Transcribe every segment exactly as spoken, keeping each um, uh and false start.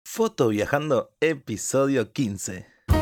Foto Viajando, episodio quince.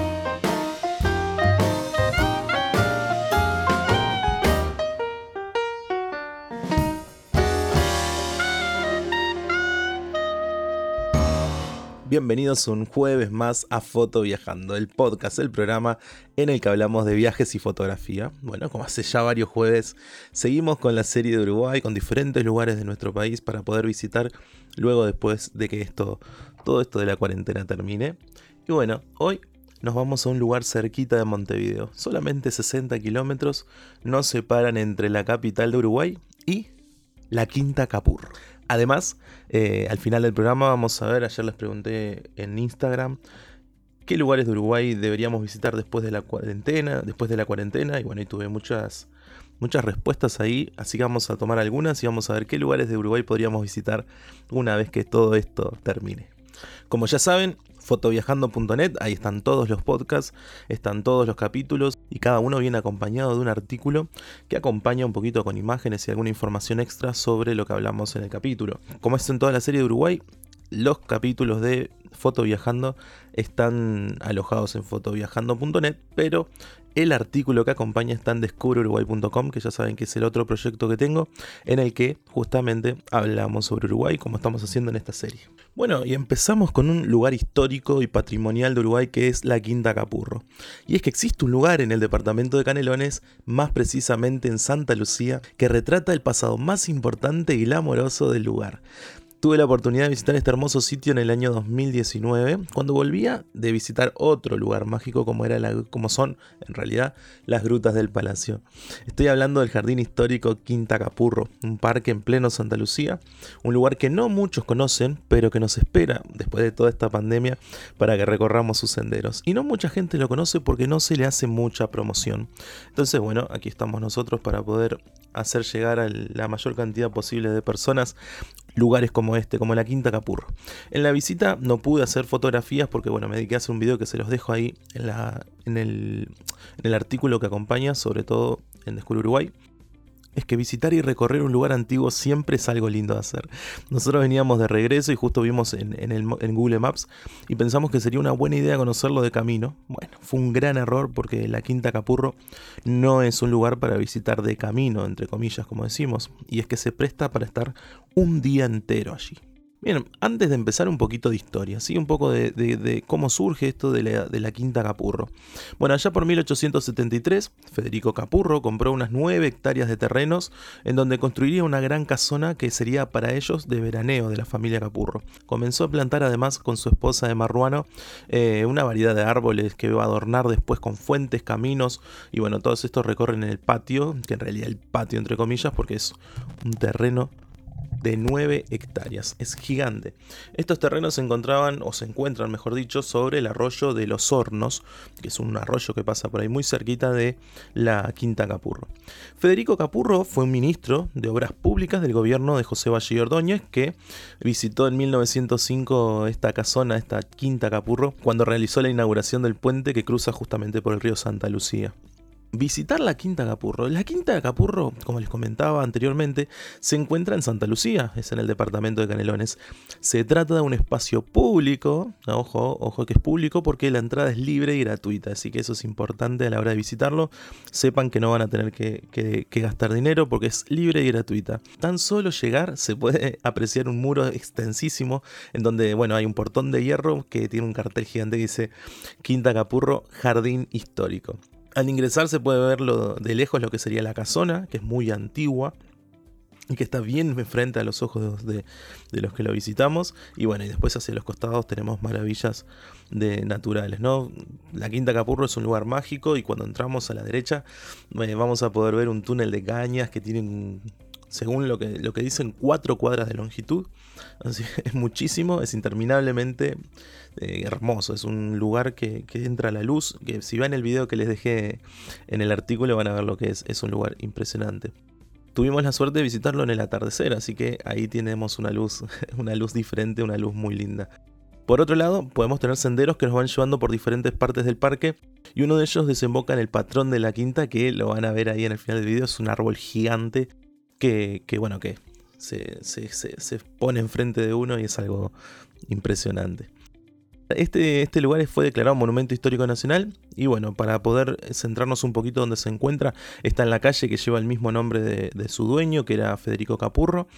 Bienvenidos un jueves más a Foto Viajando, el podcast, el programa en el que hablamos de viajes y fotografía. Bueno, como hace ya varios jueves, seguimos con la serie de Uruguay, con diferentes lugares de nuestro país para poder visitar luego después de que esto, todo esto de la cuarentena termine. Y bueno, hoy nos vamos a un lugar cerquita de Montevideo. Solamente sesenta kilómetros nos separan entre la capital de Uruguay y la Quinta Capurro. Además, eh, al final del programa vamos a ver, ayer les pregunté en Instagram qué lugares de Uruguay deberíamos visitar después de la cuarentena, después de la cuarentena, y bueno, y tuve muchas, muchas respuestas ahí, así que vamos a tomar algunas y vamos a ver qué lugares de Uruguay podríamos visitar una vez que todo esto termine. Como ya saben, fotoviajando punto net, ahí están todos los podcasts, están todos los capítulos y cada uno viene acompañado de un artículo que acompaña un poquito con imágenes y alguna información extra sobre lo que hablamos en el capítulo. Como es en toda la serie de Uruguay, los capítulos de Fotoviajando están alojados en fotoviajando punto net, pero el artículo que acompaña está en descubre uruguay punto com, que ya saben que es el otro proyecto que tengo, en el que justamente hablamos sobre Uruguay, como estamos haciendo en esta serie. Bueno, y empezamos con un lugar histórico y patrimonial de Uruguay que es la Quinta Capurro. Y es que existe un lugar en el departamento de Canelones, más precisamente en Santa Lucía, que retrata el pasado más importante y glamoroso del lugar. Tuve la oportunidad de visitar este hermoso sitio en el año dos mil diecinueve, cuando volvía de visitar otro lugar mágico como, era la, como son, en realidad, las grutas del Palacio. Estoy hablando del Jardín Histórico Quinta Capurro, un parque en pleno Santa Lucía, un lugar que no muchos conocen, pero que nos espera, después de toda esta pandemia, para que recorramos sus senderos. Y no mucha gente lo conoce porque no se le hace mucha promoción. Entonces, bueno, aquí estamos nosotros para poder hacer llegar a la mayor cantidad posible de personas lugares como este, como la Quinta Capurro. En la visita no pude hacer fotografías porque bueno, me dediqué a hacer un video que se los dejo ahí en, la, en, el, en el artículo que acompaña, sobre todo en Descubre Uruguay. Es que visitar y recorrer un lugar antiguo siempre es algo lindo de hacer. Nosotros veníamos de regreso y justo vimos en, en, el, en Google Maps y pensamos que sería una buena idea conocerlo de camino. Bueno, fue un gran error porque la Quinta Capurro no es un lugar para visitar de camino, entre comillas, como decimos, y es que se presta para estar un día entero allí. Bien, antes de empezar un poquito de historia, ¿sí? Un poco de, de, de cómo surge esto de la, de la Quinta Capurro. Bueno, allá por mil ochocientos setenta y tres, Federico Capurro compró unas nueve hectáreas de terrenos en donde construiría una gran casona que sería para ellos de veraneo de la familia Capurro. Comenzó a plantar además con su esposa de Marruano eh, una variedad de árboles que iba a adornar después con fuentes, caminos y bueno, todos estos recorren el patio, que en realidad el patio entre comillas porque es un terreno de nueve hectáreas, es gigante. Estos terrenos se encontraban, o se encuentran mejor dicho, sobre el arroyo de Los Hornos, que es un arroyo que pasa por ahí muy cerquita de la Quinta Capurro. Federico Capurro fue un ministro de Obras Públicas del gobierno de José Valle y Ordóñez, que visitó en mil novecientos cinco esta casona, esta Quinta Capurro, cuando realizó la inauguración del puente que cruza justamente por el río Santa Lucía. Visitar la Quinta Capurro. La Quinta Capurro, como les comentaba anteriormente, se encuentra en Santa Lucía, es en el departamento de Canelones. Se trata de un espacio público, ojo, ojo que es público porque la entrada es libre y gratuita, así que eso es importante a la hora de visitarlo. Sepan que no van a tener que, que, que gastar dinero porque es libre y gratuita. Tan solo llegar se puede apreciar un muro extensísimo en donde, bueno, hay un portón de hierro que tiene un cartel gigante que dice Quinta Capurro, Jardín Histórico. Al ingresar se puede ver lo, de lejos lo que sería la casona, que es muy antigua y que está bien frente a los ojos de, de los que lo visitamos. Y bueno, y después hacia los costados tenemos maravillas de naturales, ¿no? La Quinta Capurro es un lugar mágico y cuando entramos a la derecha eh, vamos a poder ver un túnel de cañas que tienen, según lo que, lo que dicen, cuatro cuadras de longitud. Así, es muchísimo, es interminablemente eh, hermoso. Es un lugar que, que entra a la luz, que si ven el video que les dejé en el artículo van a ver lo que es. Es un lugar impresionante. Tuvimos la suerte de visitarlo en el atardecer, así que ahí tenemos una luz, una luz diferente, una luz muy linda. Por otro lado, podemos tener senderos que nos van llevando por diferentes partes del parque y uno de ellos desemboca en el patrón de la quinta, que lo van a ver ahí en el final del video. Es un árbol gigante que, que bueno, que se, se, se, se pone enfrente de uno y es algo impresionante. Este, este lugar fue declarado Monumento Histórico Nacional y bueno, para poder centrarnos un poquito donde se encuentra, está en la calle que lleva el mismo nombre de, de su dueño, que era Federico Capurro.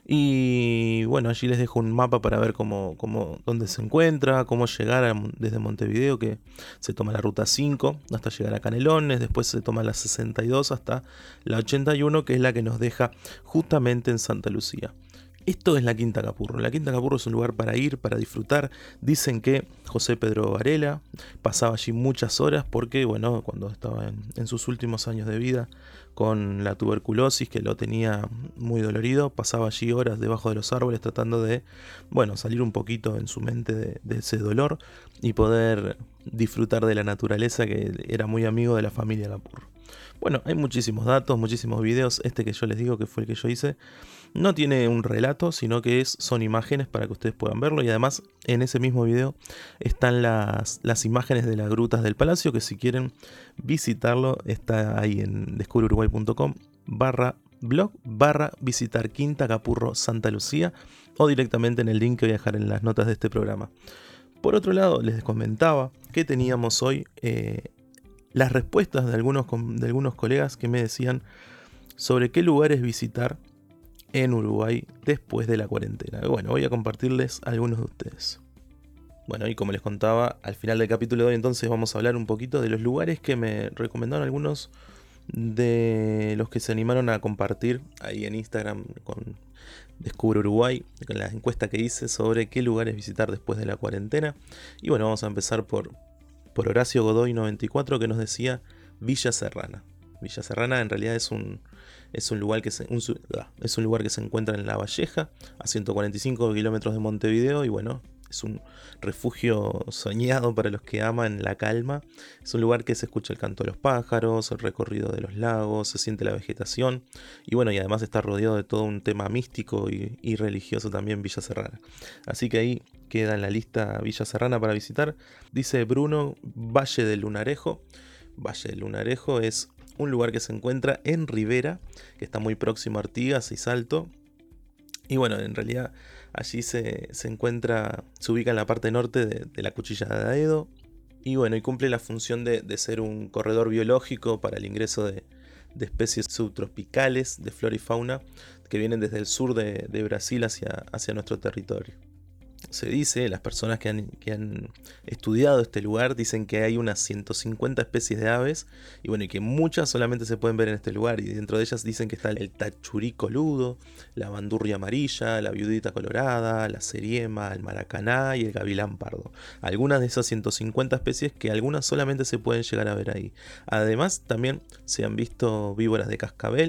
Y bueno, allí les dejo un mapa para ver cómo, cómo, dónde se encuentra, cómo llegar a, desde Montevideo, que se toma la ruta cinco hasta llegar a Canelones, después se toma la sesenta y dos hasta la ochenta y uno, que es la que nos deja justamente en Santa Lucía. Esto es la Quinta Capurro. La Quinta Capurro es un lugar para ir, para disfrutar. Dicen que José Pedro Varela pasaba allí muchas horas porque, bueno, cuando estaba en, en sus últimos años de vida con la tuberculosis que lo tenía muy dolorido, pasaba allí horas debajo de los árboles tratando de, bueno, salir un poquito en su mente de, de ese dolor y poder disfrutar de la naturaleza, que era muy amigo de la familia Capurro. Bueno, hay muchísimos datos, muchísimos videos. Este que yo les digo que fue el que yo hice, no tiene un relato, sino que es, son imágenes para que ustedes puedan verlo. Y además en ese mismo video están las, las imágenes de las grutas del palacio, que si quieren visitarlo está ahí en descubruruguay punto com barra blog barra visitar Quinta Capurro Santa Lucía, o directamente en el link que voy a dejar en las notas de este programa. Por otro lado, les comentaba que teníamos hoy eh, las respuestas de algunos, de algunos colegas que me decían sobre qué lugares visitar en Uruguay después de la cuarentena. Bueno, voy a compartirles algunos de ustedes. Bueno, y como les contaba, al final del capítulo de hoy entonces vamos a hablar un poquito de los lugares que me recomendaron algunos de los que se animaron a compartir ahí en Instagram con Descubre Uruguay, con la encuesta que hice sobre qué lugares visitar después de la cuarentena. Y bueno, vamos a empezar por, por Horacio Godoy noventa y cuatro, que nos decía Villa Serrana. Villa Serrana en realidad es un, es un, lugar que se, un, es un lugar que se encuentra en La Valleja, a ciento cuarenta y cinco kilómetros de Montevideo, y bueno, es un refugio soñado para los que aman la calma. Es un lugar que se escucha el canto de los pájaros, el recorrido de los lagos, se siente la vegetación, y bueno, y además está rodeado de todo un tema místico y, y religioso también Villa Serrana. Así que ahí queda en la lista Villa Serrana para visitar. Dice Bruno, Valle del Lunarejo. Valle del Lunarejo es un lugar que se encuentra en Rivera, que está muy próximo a Artigas y Salto. Y bueno, en realidad allí se, se encuentra, se ubica en la parte norte de, de la Cuchilla de Aedo. Y bueno, y cumple la función de, de ser un corredor biológico para el ingreso de, de especies subtropicales de flora y fauna que vienen desde el sur de, de Brasil hacia, hacia nuestro territorio. Se dice, las personas que han, que han estudiado este lugar dicen que hay unas ciento cincuenta especies de aves, y bueno, y que muchas solamente se pueden ver en este lugar, y dentro de ellas dicen que está el tachurí coludo, la bandurria amarilla, la viudita colorada, la seriema, el maracaná y el gavilán pardo. Algunas de esas ciento cincuenta especies que algunas solamente se pueden llegar a ver ahí. Además, también se han visto víboras de cascabel,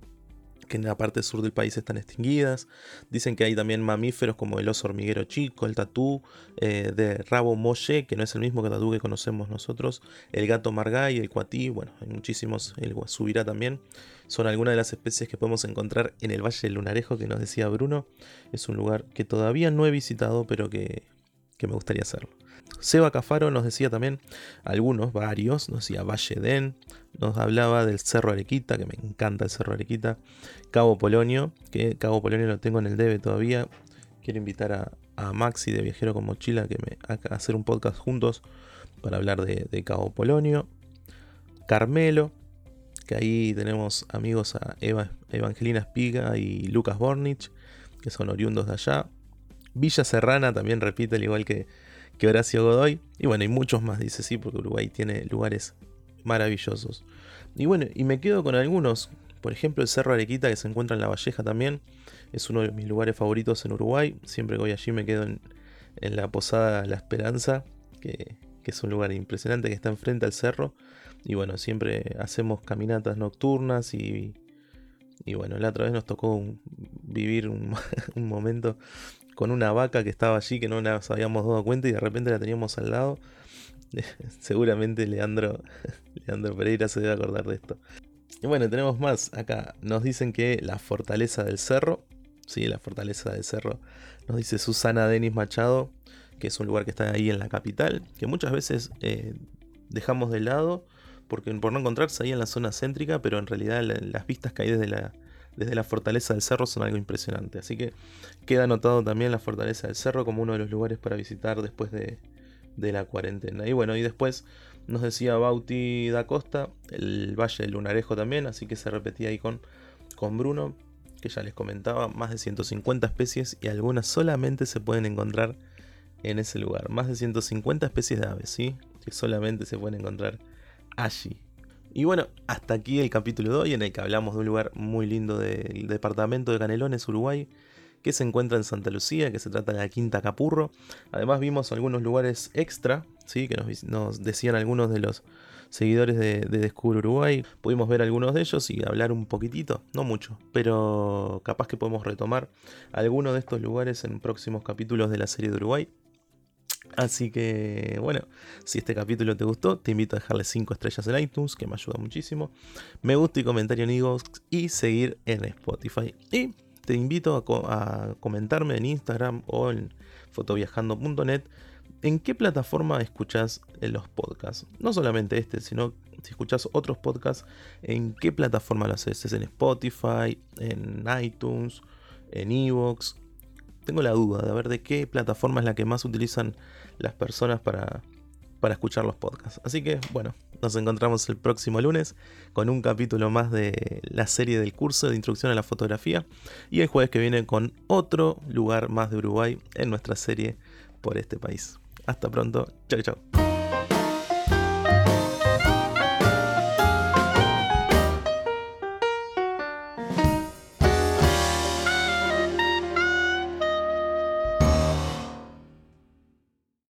que en la parte sur del país están extinguidas. Dicen que hay también mamíferos como el oso hormiguero chico, el tatú eh, de rabo molle, que no es el mismo que tatú que conocemos nosotros, el gato margay, el cuatí, bueno, hay muchísimos, el guasubirá también. Son algunas de las especies que podemos encontrar en el Valle del Lunarejo, que nos decía Bruno. Es un lugar que todavía no he visitado, pero que, que me gustaría hacerlo. Seba Cafaro nos decía también algunos, varios, nos decía Valle Den, nos hablaba del Cerro Arequita, que me encanta el Cerro Arequita, Cabo Polonio, que Cabo Polonio lo tengo en el debe todavía. Quiero invitar a, a Maxi de Viajero con Mochila que me, a, a hacer un podcast juntos para hablar de, de Cabo Polonio. Carmelo, que ahí tenemos amigos a Eva, Evangelina Espiga y Lucas Bornich, que son oriundos de allá. Villa Serrana también repite, al igual que que Horacio Godoy, y bueno, y muchos más, dice, sí, porque Uruguay tiene lugares maravillosos. Y bueno, y me quedo con algunos, por ejemplo el Cerro Arequita, que se encuentra en La Valleja también, es uno de mis lugares favoritos en Uruguay. Siempre que voy allí me quedo en, en la Posada La Esperanza, que, que es un lugar impresionante que está enfrente al cerro, y bueno, siempre hacemos caminatas nocturnas y, y bueno, la otra vez nos tocó un, vivir un, un momento con una vaca que estaba allí que no nos habíamos dado cuenta y de repente la teníamos al lado. Seguramente Leandro, Leandro Pereira se debe acordar de esto. Y bueno, tenemos más acá. Nos dicen que la Fortaleza del Cerro, sí, la Fortaleza del Cerro, nos dice Susana Denis Machado, que es un lugar que está ahí en la capital, que muchas veces eh, dejamos de lado porque por no encontrarse ahí en la zona céntrica, pero en realidad la, las vistas que hay desde la desde la Fortaleza del Cerro son algo impresionante. Así que queda anotado también la Fortaleza del Cerro como uno de los lugares para visitar después de, de la cuarentena. Y bueno, y después nos decía Bauti da Costa, el Valle del Lunarejo también, así que se repetía ahí con, con Bruno, que ya les comentaba, más de ciento cincuenta especies y algunas solamente se pueden encontrar en ese lugar. Más de ciento cincuenta especies de aves, ¿sí? Que solamente se pueden encontrar allí. Y bueno, hasta aquí el capítulo de hoy en el que hablamos de un lugar muy lindo del departamento de Canelones, Uruguay, que se encuentra en Santa Lucía, que se trata de la Quinta Capurro. Además vimos algunos lugares extra, ¿sí? Que nos, nos decían algunos de los seguidores de, de Descubre Uruguay. Pudimos ver algunos de ellos y hablar un poquitito, no mucho, pero capaz que podemos retomar algunos de estos lugares en próximos capítulos de la serie de Uruguay. Así que, bueno, si este capítulo te gustó, te invito a dejarle cinco estrellas en iTunes, que me ayuda muchísimo. Me gusta y comentario en iVoox y seguir en Spotify. Y te invito a, co a comentarme en Instagram o en fotoviajando punto net en qué plataforma escuchás los podcasts. No solamente este, sino si escuchás otros podcasts, en qué plataforma lo haces. ¿Es en Spotify, en iTunes, en iVoox? Tengo la duda de ver de qué plataforma es la que más utilizan las personas para, para escuchar los podcasts. Así que, bueno, nos encontramos el próximo lunes con un capítulo más de la serie del curso de Introducción a la Fotografía. Y el jueves que viene con otro lugar más de Uruguay en nuestra serie por este país. Hasta pronto. Chau, chau.